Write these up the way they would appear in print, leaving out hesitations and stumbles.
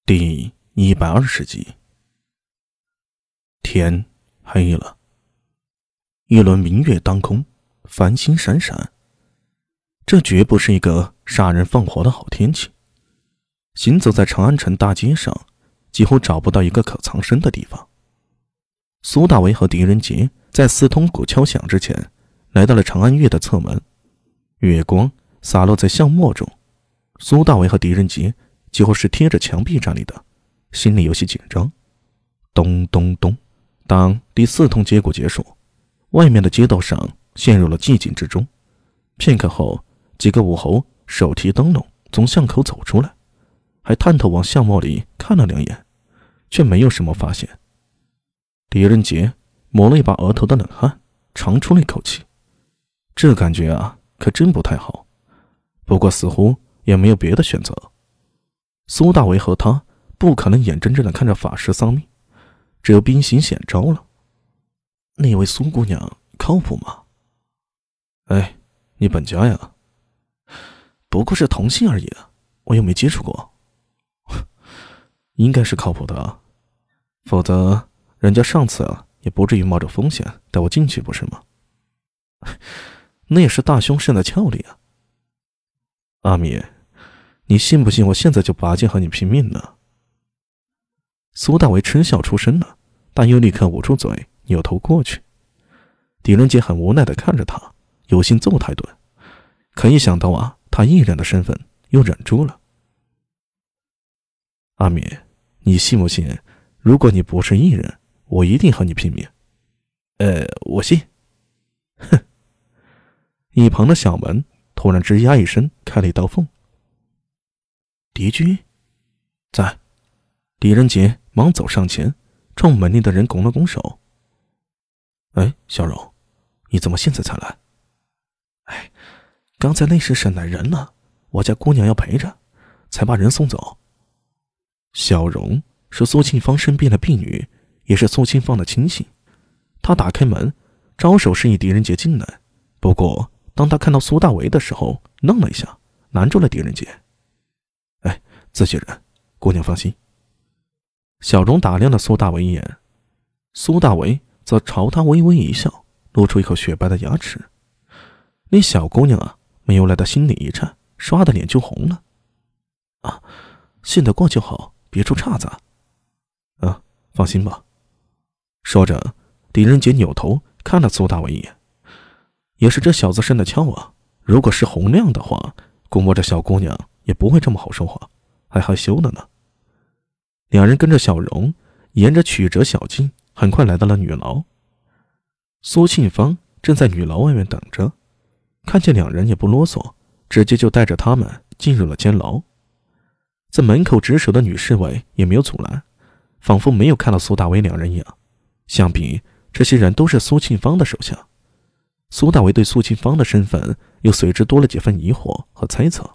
第120集。天黑了，一轮明月当空，繁星闪闪。这绝不是一个杀人放火的好天气。行走在长安城大街上，几乎找不到一个可藏身的地方。苏大为和狄仁杰在四通鼓敲响之前，来到了长安岳的侧门。月光洒落在巷陌中，苏大为和狄仁杰几乎是贴着墙壁站立的，心里有些紧张。咚咚咚，当第四通接鼓结束，外面的街道上陷入了寂静之中。片刻后，几个武侯手提灯笼从巷口走出来，还探头往巷陌里看了两眼，却没有什么发现。狄仁杰抹了一把额头的冷汗，长出了一口气。这感觉啊，可真不太好。不过似乎也没有别的选择。苏大为和他不可能眼睁睁地看着法师丧命，只有兵行险招了。那位苏姑娘靠谱吗？哎，你本家呀？不过是同姓而已，我又没接触过。应该是靠谱的啊，否则人家上次也不至于冒着风险带我进去，不是吗？那也是大凶神的俏丽啊。阿米，你信不信我现在就拔剑和你拼命呢？苏大为嗤笑出声了，但又立刻捂住嘴，扭头过去。狄仁杰很无奈地看着他，有心揍他一顿，可一想到他艺人的身份，又忍住了。阿米，你信不信，如果你不是艺人，我一定和你拼命？我信。哼！一旁的小门突然吱呀一声开了一道缝。狄军在。狄仁杰忙走上前，冲门里的人拱了拱手。哎，小荣，你怎么现在才来？哎，刚才内侍审来人了，我家姑娘要陪着，才把人送走。小荣是苏庆芳身边的婢女，也是苏庆芳的亲信。她打开门，招手示意狄仁杰进来。不过当他看到苏大为的时候，愣了一下，拦住了狄仁杰。哎，自己人，姑娘放心。小荣打量了苏大为一眼，苏大为则朝他微微一笑，露出一口雪白的牙齿。那小姑娘没有来的心里一颤，唰的脸就红了。信得过就好，别出岔子。放心吧。说着，狄仁杰扭头看了苏大为一眼。也是这小子生的巧啊，如果是洪亮的话，估摸着小姑娘也不会这么好说话，还害羞的呢。两人跟着小荣沿着曲折小径，很快来到了女牢。苏庆芳正在女牢外面等着，看见两人也不啰嗦，直接就带着他们进入了监牢。在门口值守的女侍卫也没有阻拦，仿佛没有看到苏大为两人一样。想必这些人都是苏庆芳的手下。苏大为对苏庆芳的身份又随之多了几分疑惑和猜测。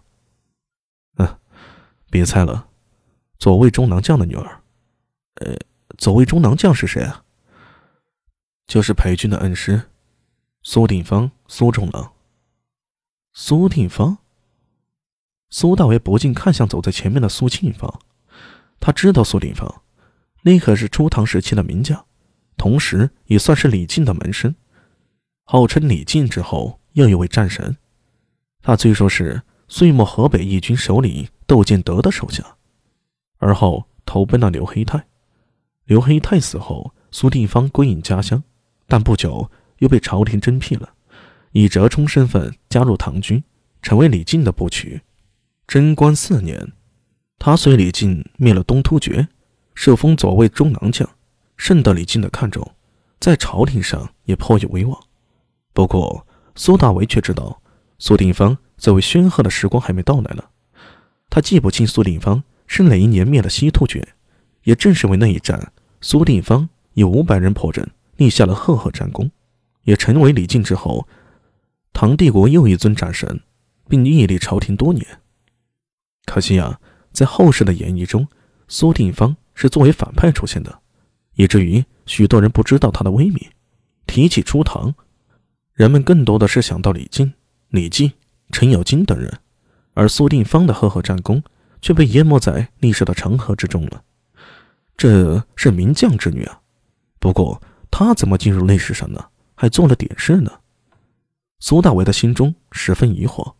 别猜了，左卫中郎将的女儿。左卫中郎将是谁啊？就是裴军的恩师苏定方，苏中郎。苏定方？苏大为不禁看向走在前面的苏庆芳。他知道苏定方，那可是初唐时期的名将，同时也算是李靖的门生。号称李靖之后又一位战神，他虽说是岁末河北义军首领窦建德的手下，而后投奔了刘黑泰。刘黑泰死后，苏定方归隐家乡，但不久又被朝廷征辟了，以折冲身份加入唐军，成为李靖的部曲。贞观4年，他随李靖灭了东突厥，受封左卫中郎将，甚得李靖的看重，在朝廷上也颇有威望。不过苏大为却知道，苏定方最为煊赫的时光还没到来呢。他记不清苏定方是哪一年灭了西突厥，也正是为那一战，苏定方以500人破阵，立下了赫赫战功，也成为李靖之后唐帝国又一尊战神，并屹立朝廷多年。可惜在后世的演绎中，苏定方是作为反派出现的，以至于许多人不知道他的威名。提起初唐，人们更多的是想到李靖、李绩、程咬金等人，而苏定方的赫赫战功却被淹没在历史的长河之中了。这是名将之女啊，不过她怎么进入历史上呢？还做了点事呢？苏大为的心中十分疑惑。